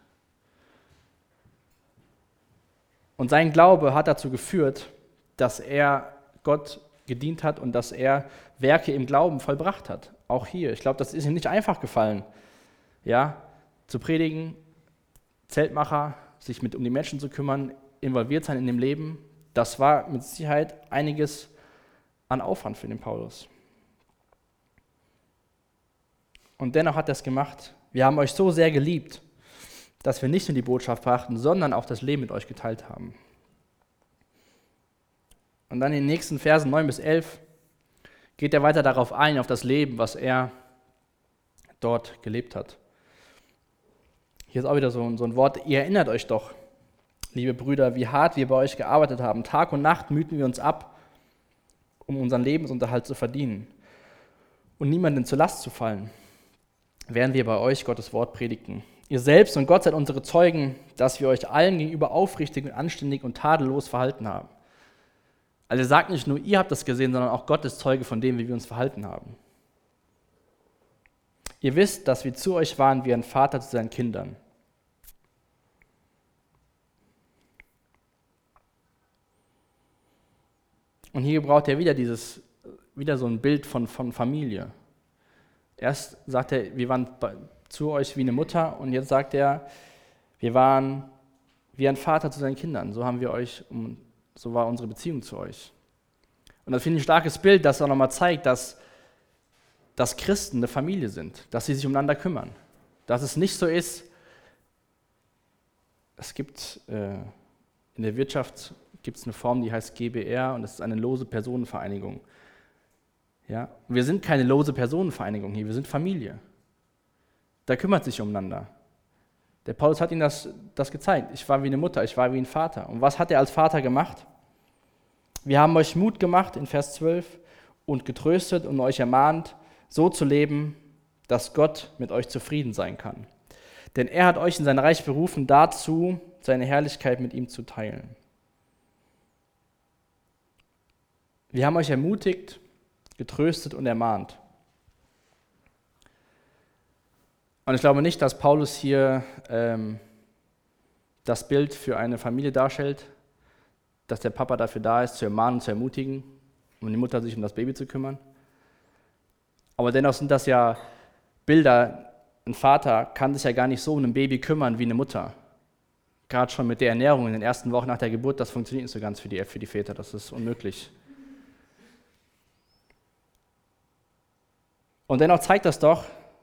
Und sein Glaube hat dazu geführt, dass er Gott gedient hat und dass er Werke im Glauben vollbracht hat. Auch hier. Ich glaube, das ist ihm nicht einfach gefallen, ja, zu predigen, Zeltmacher, sich um die Menschen zu kümmern, involviert sein in dem Leben. Das war mit Sicherheit einiges an Aufwand für den Paulus. Und dennoch hat er es gemacht. Wir haben euch so sehr geliebt, dass wir nicht nur die Botschaft brachten, sondern auch das Leben mit euch geteilt haben. Und dann in den nächsten Versen 9 bis 11 geht er weiter darauf ein, auf das Leben, was er dort gelebt hat. Hier ist auch wieder so ein Wort, ihr erinnert euch doch, liebe Brüder, wie hart wir bei euch gearbeitet haben. Tag und Nacht mühten wir uns ab, um unseren Lebensunterhalt zu verdienen und niemandem zur Last zu fallen, während wir bei euch Gottes Wort predigten. Ihr selbst und Gott seid unsere Zeugen, dass wir euch allen gegenüber aufrichtig und anständig und tadellos verhalten haben. Also er sagt nicht nur, ihr habt das gesehen, sondern auch Gott ist Zeuge von dem, wie wir uns verhalten haben. Ihr wisst, dass wir zu euch waren wie ein Vater zu seinen Kindern. Und hier braucht er wieder so ein Bild von Familie. Erst sagt er, wir waren zu euch wie eine Mutter und jetzt sagt er, wir waren wie ein Vater zu seinen Kindern. So haben wir euch, so war unsere Beziehung zu euch. Und das finde ich ein starkes Bild, das auch nochmal zeigt, dass Christen eine Familie sind, dass sie sich umeinander kümmern. Dass es nicht so ist, es gibt in der Wirtschaft eine Form, die heißt GbR und das ist eine lose Personenvereinigung. Ja? Wir sind keine lose Personenvereinigung hier, wir sind Familie. Da kümmert sich umeinander. Der Paulus hat ihnen das gezeigt. Ich war wie eine Mutter, ich war wie ein Vater. Und was hat er als Vater gemacht? Wir haben euch Mut gemacht in Vers 12 und getröstet und euch ermahnt, so zu leben, dass Gott mit euch zufrieden sein kann. Denn er hat euch in sein Reich berufen, dazu seine Herrlichkeit mit ihm zu teilen. Wir haben euch ermutigt, getröstet und ermahnt. Und ich glaube nicht, dass Paulus hier das Bild für eine Familie darstellt, dass der Papa dafür da ist, zu ermahnen und zu ermutigen und die Mutter sich um das Baby zu kümmern. Aber dennoch sind das ja Bilder, ein Vater kann sich ja gar nicht so um ein Baby kümmern wie eine Mutter. Gerade schon mit der Ernährung in den ersten Wochen nach der Geburt, das funktioniert nicht so ganz für die Väter, das ist unmöglich. Und dennoch zeigt das doch,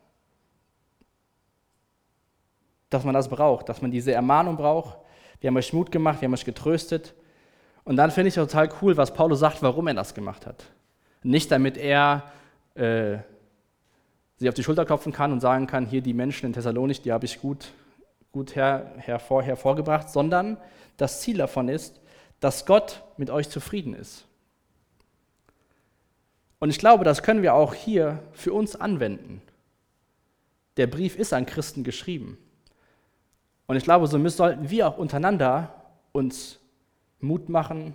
dass man das braucht, dass man diese Ermahnung braucht. Wir haben euch Mut gemacht, wir haben euch getröstet. Und dann finde ich total cool, was Paulus sagt, warum er das gemacht hat. Nicht damit er sie auf die Schulter klopfen kann und sagen kann, hier die Menschen in Thessalonich, die habe ich gut hervorgebracht, sondern das Ziel davon ist, dass Gott mit euch zufrieden ist. Und ich glaube, das können wir auch hier für uns anwenden. Der Brief ist an Christen geschrieben. Und ich glaube, so sollten wir auch untereinander uns Mut machen,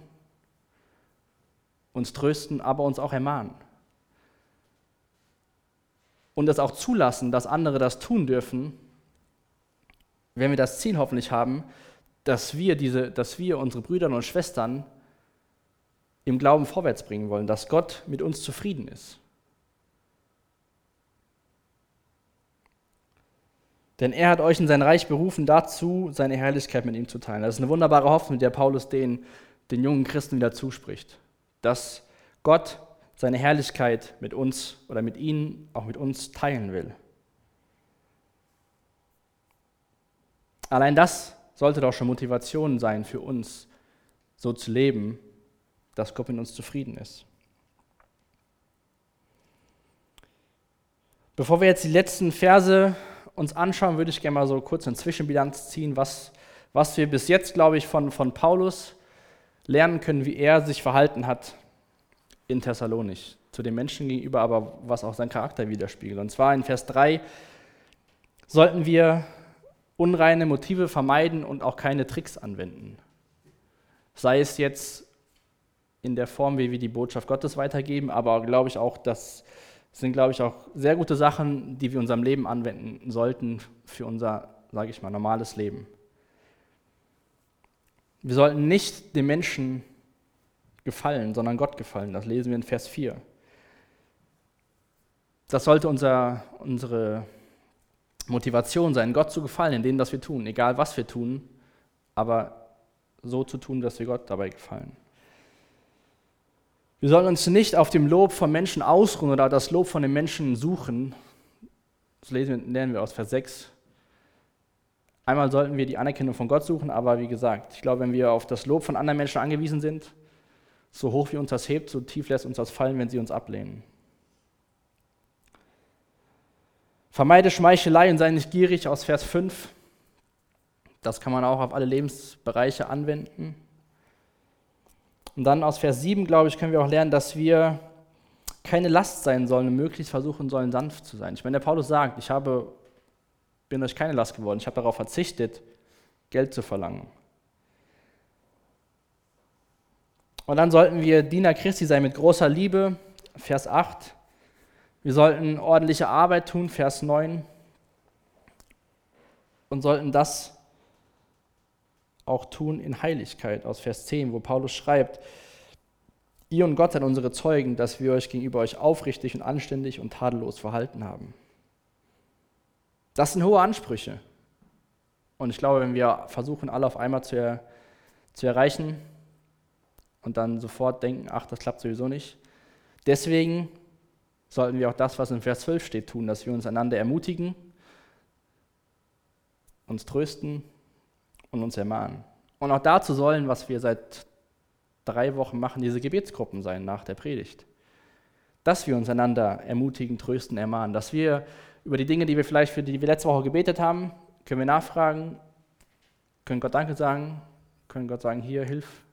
uns trösten, aber uns auch ermahnen. Und das auch zulassen, dass andere das tun dürfen, wenn wir das Ziel hoffentlich haben, dass wir unsere Brüder und Schwestern im Glauben vorwärts bringen wollen, dass Gott mit uns zufrieden ist. Denn er hat euch in sein Reich berufen, dazu seine Herrlichkeit mit ihm zu teilen. Das ist eine wunderbare Hoffnung, der Paulus den jungen Christen wieder zuspricht, dass Gott seine Herrlichkeit mit uns oder mit ihnen, auch mit uns teilen will. Allein das sollte doch schon Motivation sein für uns, so zu leben, dass Gott mit uns zufrieden ist. Bevor wir jetzt die letzten Verse uns anschauen, würde ich gerne mal so kurz eine Zwischenbilanz ziehen, was wir bis jetzt, glaube ich, von Paulus lernen können, wie er sich verhalten hat in Thessalonich, zu den Menschen gegenüber, aber was auch sein Charakter widerspiegelt. Und zwar in Vers 3 sollten wir unreine Motive vermeiden und auch keine Tricks anwenden. Sei es jetzt in der Form, wie wir die Botschaft Gottes weitergeben, aber glaube ich auch, das sind, glaube ich, auch sehr gute Sachen, die wir in unserem Leben anwenden sollten für unser, sage ich mal, normales Leben. Wir sollten nicht den Menschen gefallen, sondern Gott gefallen. Das lesen wir in Vers 4. Das sollte unsere Motivation sein, Gott zu gefallen in dem, was wir tun, egal was wir tun, aber so zu tun, dass wir Gott dabei gefallen. Wir sollen uns nicht auf dem Lob von Menschen ausruhen oder das Lob von den Menschen suchen. Das lernen wir aus Vers 6. Einmal sollten wir die Anerkennung von Gott suchen, aber wie gesagt, ich glaube, wenn wir auf das Lob von anderen Menschen angewiesen sind, so hoch wie uns das hebt, so tief lässt uns das fallen, wenn sie uns ablehnen. Vermeide Schmeichelei und sei nicht gierig aus Vers 5. Das kann man auch auf alle Lebensbereiche anwenden. Und dann aus Vers 7, glaube ich, können wir auch lernen, dass wir keine Last sein sollen und möglichst versuchen sollen, sanft zu sein. Ich meine, der Paulus sagt, ich bin euch keine Last geworden, ich habe darauf verzichtet, Geld zu verlangen. Und dann sollten wir Diener Christi sein mit großer Liebe, Vers 8. Wir sollten ordentliche Arbeit tun, Vers 9. Und sollten das auch tun in Heiligkeit, aus Vers 10, wo Paulus schreibt, ihr und Gott seid unsere Zeugen, dass wir euch gegenüber euch aufrichtig und anständig und tadellos verhalten haben. Das sind hohe Ansprüche. Und ich glaube, wenn wir versuchen, alle auf einmal zu erreichen und dann sofort denken, ach, das klappt sowieso nicht, deswegen sollten wir auch das, was in Vers 12 steht, tun, dass wir uns einander ermutigen, uns trösten und uns ermahnen. Und auch dazu sollen, was wir seit 3 Wochen machen, diese Gebetsgruppen sein nach der Predigt. Dass wir uns einander ermutigen, trösten, ermahnen. Dass wir über die Dinge, für die wir letzte Woche gebetet haben, können wir nachfragen, können Gott Danke sagen, können Gott sagen, hier, hilf.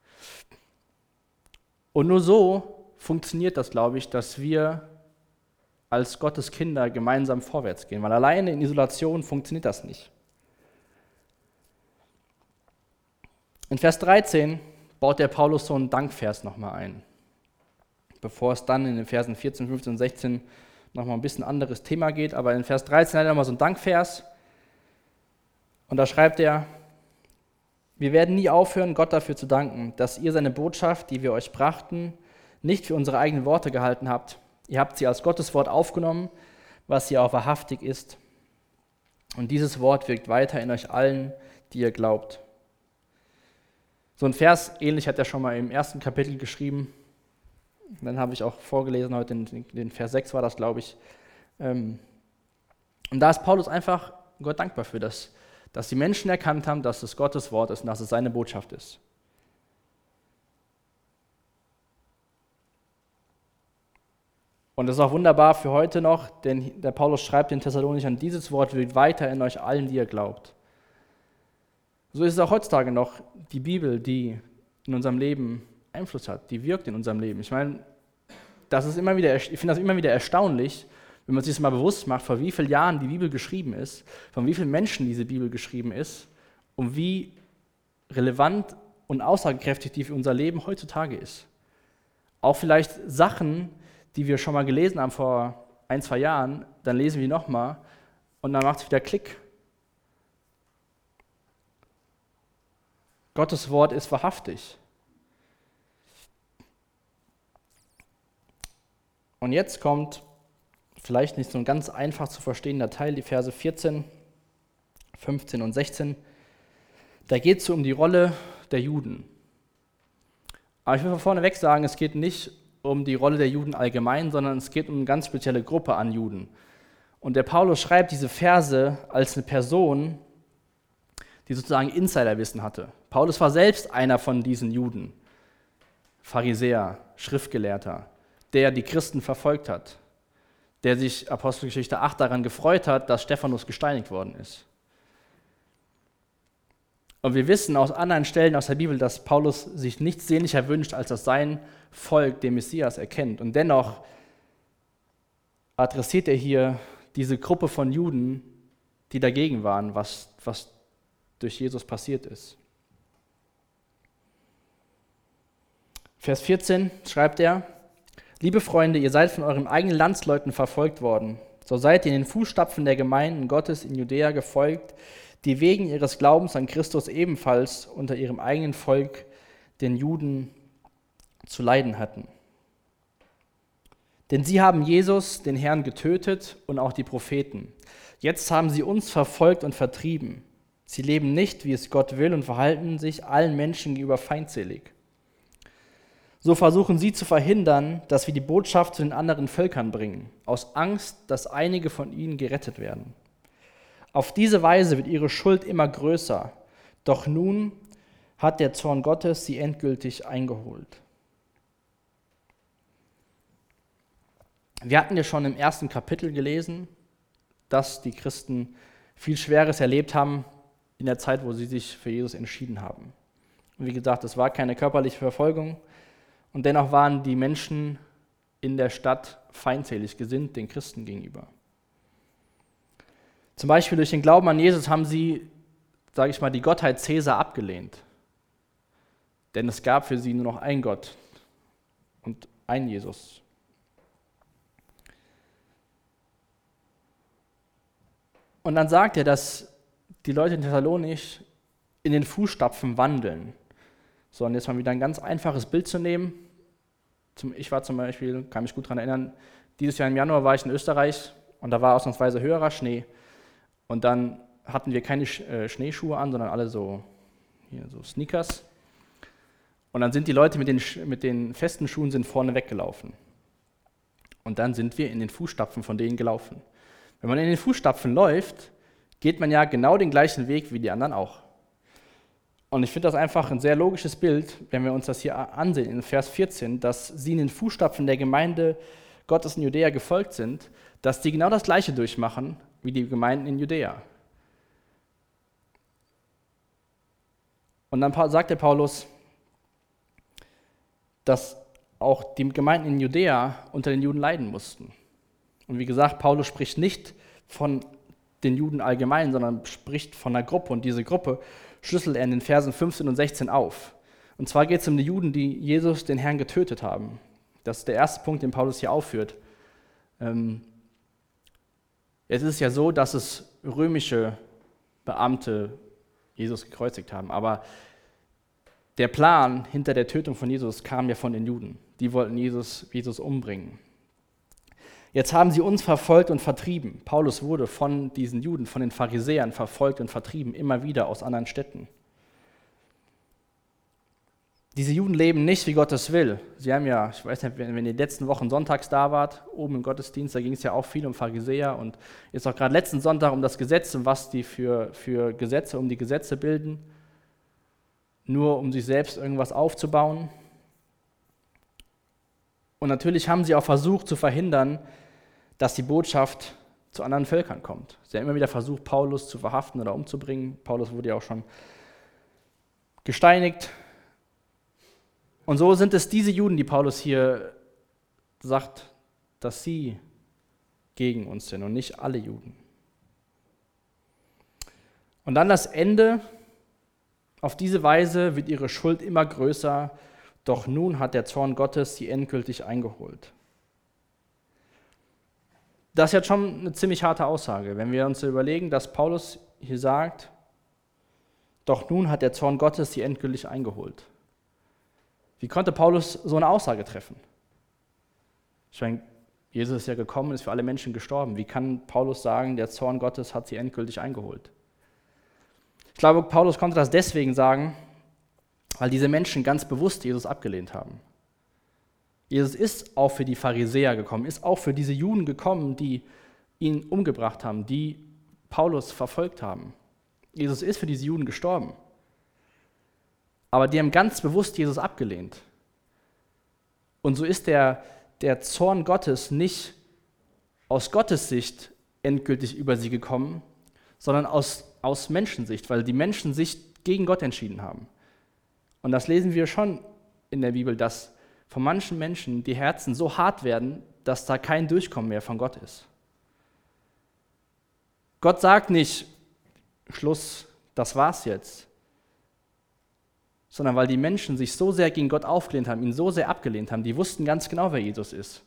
Und nur so funktioniert das, glaube ich, dass wir als Gottes Kinder gemeinsam vorwärts gehen. Weil alleine in Isolation funktioniert das nicht. In Vers 13 baut der Paulus so einen Dankvers nochmal ein, bevor es dann in den Versen 14, 15 und 16 nochmal ein bisschen anderes Thema geht. Aber in Vers 13 hat er nochmal so einen Dankvers und da schreibt er, wir werden nie aufhören, Gott dafür zu danken, dass ihr seine Botschaft, die wir euch brachten, nicht für unsere eigenen Worte gehalten habt. Ihr habt sie als Gottes Wort aufgenommen, was sie auch wahrhaftig ist. Und dieses Wort wirkt weiter in euch allen, die ihr glaubt. So ein Vers, ähnlich hat er schon mal im ersten Kapitel geschrieben. Dann habe ich auch vorgelesen, heute den Vers 6 war das, glaube ich. Und da ist Paulus einfach Gott dankbar für, dass die Menschen erkannt haben, dass es Gottes Wort ist und dass es seine Botschaft ist. Und das ist auch wunderbar für heute noch, denn der Paulus schreibt den Thessalonichern, dieses Wort wirkt weiter in euch allen, die ihr glaubt. So ist es auch heutzutage noch die Bibel, die in unserem Leben Einfluss hat, die wirkt in unserem Leben. Ich meine, ich finde das immer wieder erstaunlich, wenn man sich das mal bewusst macht, vor wie vielen Jahren die Bibel geschrieben ist, von wie vielen Menschen diese Bibel geschrieben ist und wie relevant und aussagekräftig die für unser Leben heutzutage ist. Auch vielleicht Sachen, die wir schon mal gelesen haben vor 1-2 Jahren, dann lesen wir nochmal und dann macht es wieder Klick. Gottes Wort ist wahrhaftig. Und jetzt kommt vielleicht nicht so ein ganz einfach zu verstehender Teil, die Verse 14, 15 und 16. Da geht es so um die Rolle der Juden. Aber ich will von vorneweg sagen, es geht nicht um die Rolle der Juden allgemein, sondern es geht um eine ganz spezielle Gruppe an Juden. Und der Paulus schreibt diese Verse als eine Person, die sozusagen Insiderwissen hatte. Paulus war selbst einer von diesen Juden, Pharisäer, Schriftgelehrter, der die Christen verfolgt hat, der sich, Apostelgeschichte 8, daran gefreut hat, dass Stephanus gesteinigt worden ist. Und wir wissen aus anderen Stellen aus der Bibel, dass Paulus sich nichts sehnlicher wünscht, als dass sein Volk den Messias erkennt. Und dennoch adressiert er hier diese Gruppe von Juden, die dagegen waren, was durch Jesus passiert ist. Vers 14 schreibt er: Liebe Freunde, ihr seid von euren eigenen Landsleuten verfolgt worden. So seid ihr in den Fußstapfen der Gemeinden Gottes in Judäa gefolgt, die wegen ihres Glaubens an Christus ebenfalls unter ihrem eigenen Volk, den Juden, zu leiden hatten. Denn sie haben Jesus, den Herrn, getötet und auch die Propheten. Jetzt haben sie uns verfolgt und vertrieben. Sie leben nicht, wie es Gott will, und verhalten sich allen Menschen gegenüber feindselig. So versuchen sie zu verhindern, dass wir die Botschaft zu den anderen Völkern bringen, aus Angst, dass einige von ihnen gerettet werden. Auf diese Weise wird ihre Schuld immer größer, doch nun hat der Zorn Gottes sie endgültig eingeholt. Wir hatten ja schon im ersten Kapitel gelesen, dass die Christen viel Schweres erlebt haben in der Zeit, wo sie sich für Jesus entschieden haben. Und wie gesagt, es war keine körperliche Verfolgung und dennoch waren die Menschen in der Stadt feindselig gesinnt den Christen gegenüber. Zum Beispiel durch den Glauben an Jesus haben sie, sage ich mal, die Gottheit Cäsar abgelehnt. Denn es gab für sie nur noch einen Gott und einen Jesus. Und dann sagt er, dass die Leute in Thessalonich in den Fußstapfen wandeln. So, und jetzt mal wieder ein ganz einfaches Bild zu nehmen. Ich war zum Beispiel, kann mich gut daran erinnern, dieses Jahr im Januar war ich in Österreich und da war ausnahmsweise höherer Schnee. Und dann hatten wir keine Schneeschuhe an, sondern alle so Sneakers. Und dann sind die Leute mit den festen Schuhen sind vorne weggelaufen. Und dann sind wir in den Fußstapfen von denen gelaufen. Wenn man in den Fußstapfen läuft, geht man ja genau den gleichen Weg wie die anderen auch. Und ich finde das einfach ein sehr logisches Bild, wenn wir uns das hier ansehen, in Vers 14, dass sie in den Fußstapfen der Gemeinde Gottes in Judäa gefolgt sind, dass die genau das Gleiche durchmachen wie die Gemeinden in Judäa. Und dann sagt der Paulus, dass auch die Gemeinden in Judäa unter den Juden leiden mussten. Und wie gesagt, Paulus spricht nicht von den Juden allgemein, sondern spricht von einer Gruppe. Und diese Gruppe schlüsselt er in den Versen 15 und 16 auf. Und zwar geht es um die Juden, die Jesus, den Herrn, getötet haben. Das ist der erste Punkt, den Paulus hier aufführt. Es ist ja so, dass es römische Beamte Jesus gekreuzigt haben. Aber der Plan hinter der Tötung von Jesus kam ja von den Juden. Die wollten Jesus umbringen. Jetzt haben sie uns verfolgt und vertrieben. Paulus wurde von diesen Juden, von den Pharisäern verfolgt und vertrieben, immer wieder aus anderen Städten. Diese Juden leben nicht, wie Gott es will. Sie haben ja, ich weiß nicht, wenn ihr die letzten Wochen sonntags da wart, oben im Gottesdienst, da ging es ja auch viel um Pharisäer und jetzt auch gerade letzten Sonntag um das Gesetz und was die für Gesetze, um die Gesetze bilden, nur um sich selbst irgendwas aufzubauen. Und natürlich haben sie auch versucht zu verhindern, dass die Botschaft zu anderen Völkern kommt. Sie haben immer wieder versucht, Paulus zu verhaften oder umzubringen. Paulus wurde ja auch schon gesteinigt. Und so sind es diese Juden, die Paulus hier sagt, dass sie gegen uns sind und nicht alle Juden. Und dann das Ende. Auf diese Weise wird ihre Schuld immer größer, doch nun hat der Zorn Gottes sie endgültig eingeholt. Das ist jetzt schon eine ziemlich harte Aussage, wenn wir uns überlegen, dass Paulus hier sagt, doch nun hat der Zorn Gottes sie endgültig eingeholt. Wie konnte Paulus so eine Aussage treffen? Ich meine, Jesus ist ja gekommen und ist für alle Menschen gestorben. Wie kann Paulus sagen, der Zorn Gottes hat sie endgültig eingeholt? Ich glaube, Paulus konnte das deswegen sagen, weil diese Menschen ganz bewusst Jesus abgelehnt haben. Jesus ist auch für die Pharisäer gekommen, ist auch für diese Juden gekommen, die ihn umgebracht haben, die Paulus verfolgt haben. Jesus ist für diese Juden gestorben. Aber die haben ganz bewusst Jesus abgelehnt. Und so ist der Zorn Gottes nicht aus Gottes Sicht endgültig über sie gekommen, sondern aus Menschensicht, weil die Menschen sich gegen Gott entschieden haben. Und das lesen wir schon in der Bibel, dass von manchen Menschen die Herzen so hart werden, dass da kein Durchkommen mehr von Gott ist. Gott sagt nicht, Schluss, das war's jetzt, sondern weil die Menschen sich so sehr gegen Gott aufgelehnt haben, ihn so sehr abgelehnt haben, die wussten ganz genau, wer Jesus ist,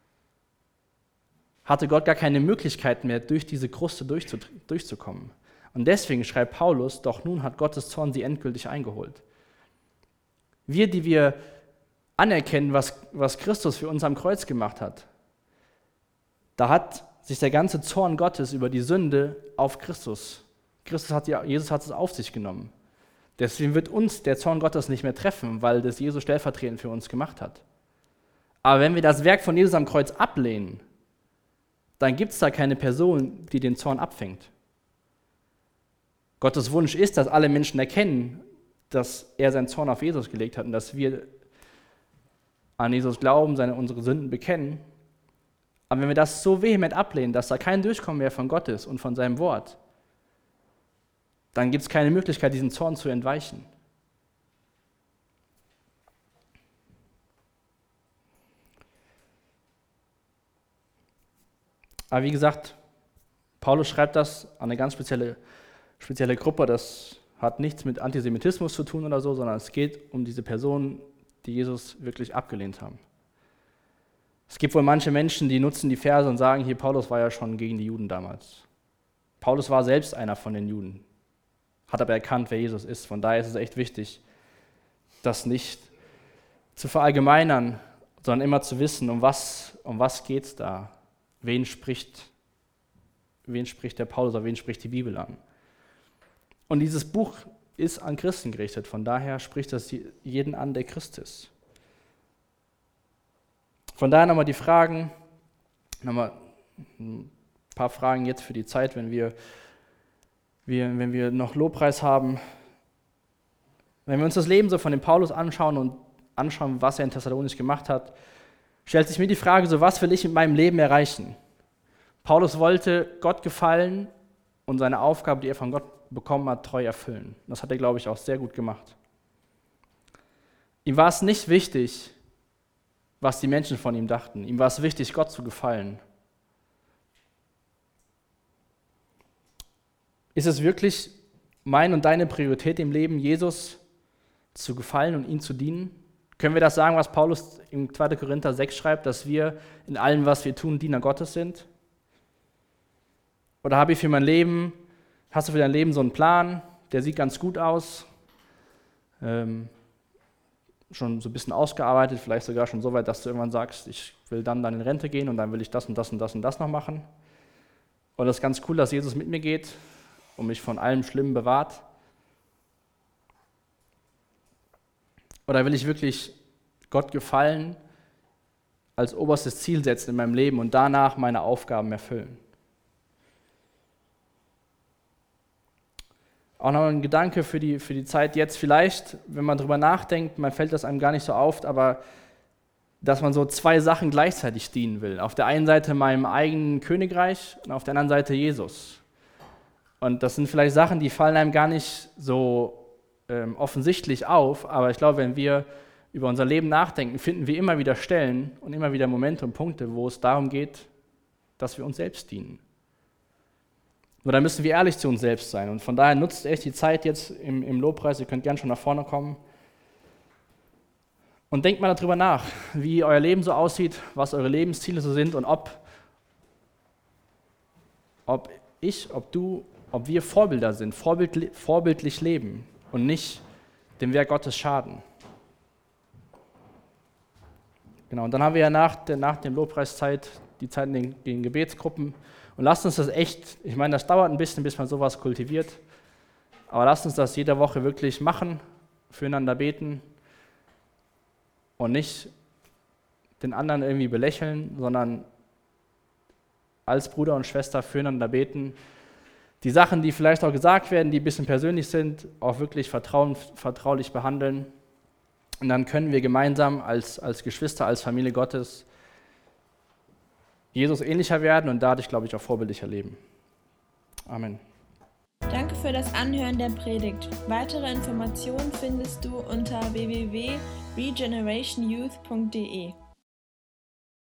hatte Gott gar keine Möglichkeit mehr, durch diese Kruste durchzukommen. Und deswegen schreibt Paulus, doch nun hat Gottes Zorn sie endgültig eingeholt. Wir, die wir anerkennen, was Christus für uns am Kreuz gemacht hat, da hat sich der ganze Zorn Gottes über die Sünde auf Jesus hat es auf sich genommen. Deswegen wird uns der Zorn Gottes nicht mehr treffen, weil das Jesus stellvertretend für uns gemacht hat. Aber wenn wir das Werk von Jesus am Kreuz ablehnen, dann gibt es da keine Person, die den Zorn abfängt. Gottes Wunsch ist, dass alle Menschen erkennen, dass er seinen Zorn auf Jesus gelegt hat und dass wir an Jesus glauben, unsere Sünden bekennen. Aber wenn wir das so vehement ablehnen, dass da kein Durchkommen mehr von Gott ist und von seinem Wort, dann gibt es keine Möglichkeit, diesen Zorn zu entweichen. Aber wie gesagt, Paulus schreibt das an eine ganz spezielle Gruppe, das hat nichts mit Antisemitismus zu tun oder so, sondern es geht um diese Personen, die Jesus wirklich abgelehnt haben. Es gibt wohl manche Menschen, die nutzen die Verse und sagen, hier, Paulus war ja schon gegen die Juden damals. Paulus war selbst einer von den Juden, hat aber erkannt, wer Jesus ist. Von daher ist es echt wichtig, das nicht zu verallgemeinern, sondern immer zu wissen, um was geht es da? Wen spricht der Paulus oder wen spricht die Bibel an? Und dieses Buch ist an Christen gerichtet, von daher spricht das jeden an, der Christ ist. Von daher nochmal die Fragen, nochmal ein paar Fragen jetzt für die Zeit, wenn wir noch Lobpreis haben. Wenn wir uns das Leben so von dem Paulus anschauen und anschauen, was er in Thessalonich gemacht hat, stellt sich mir die Frage so, was will ich mit meinem Leben erreichen? Paulus wollte Gott gefallen und seine Aufgabe, die er von Gott bekommen hat, treu erfüllen. Das hat er, glaube ich, auch sehr gut gemacht. Ihm war es nicht wichtig, was die Menschen von ihm dachten. Ihm war es wichtig, Gott zu gefallen. Ist es wirklich meine und deine Priorität im Leben, Jesus zu gefallen und ihm zu dienen? Können wir das sagen, was Paulus im 2. Korinther 6 schreibt, dass wir in allem, was wir tun, Diener Gottes sind? Oder hast du für dein Leben so einen Plan, der sieht ganz gut aus? schon so ein bisschen ausgearbeitet, vielleicht sogar schon so weit, dass du irgendwann sagst, ich will dann in Rente gehen und dann will ich das und das und das und das noch machen. Und das ist ganz cool, dass Jesus mit mir geht und mich von allem Schlimmen bewahrt. Oder will ich wirklich Gott gefallen, als oberstes Ziel setzen in meinem Leben und danach meine Aufgaben erfüllen? Auch noch ein Gedanke für die Zeit jetzt. Vielleicht, wenn man drüber nachdenkt, man fällt das einem gar nicht so auf, aber dass man so 2 Sachen gleichzeitig dienen will. Auf der einen Seite meinem eigenen Königreich und auf der anderen Seite Jesus. Und das sind vielleicht Sachen, die fallen einem gar nicht so offensichtlich auf, aber ich glaube, wenn wir über unser Leben nachdenken, finden wir immer wieder Stellen und immer wieder Momente und Punkte, wo es darum geht, dass wir uns selbst dienen. Nur da müssen wir ehrlich zu uns selbst sein. Und von daher nutzt echt die Zeit jetzt im Lobpreis, ihr könnt gerne schon nach vorne kommen. Und denkt mal darüber nach, wie euer Leben so aussieht, was eure Lebensziele so sind und ob wir Vorbilder sind, vorbildlich leben und nicht dem Werk Gottes schaden. Genau, und dann haben wir ja nach dem Lobpreiszeit die Zeit in den Gebetsgruppen. Und lasst uns das echt, ich meine, das dauert ein bisschen, bis man sowas kultiviert, aber lasst uns das jede Woche wirklich machen, füreinander beten und nicht den anderen irgendwie belächeln, sondern als Bruder und Schwester füreinander beten. Die Sachen, die vielleicht auch gesagt werden, die ein bisschen persönlich sind, auch wirklich vertraulich behandeln. Und dann können wir gemeinsam als Geschwister, als Familie Gottes Jesus ähnlicher werden und dadurch, glaube ich, auch vorbildlicher leben. Amen. Danke für das Anhören der Predigt. Weitere Informationen findest du unter www.regenerationyouth.de.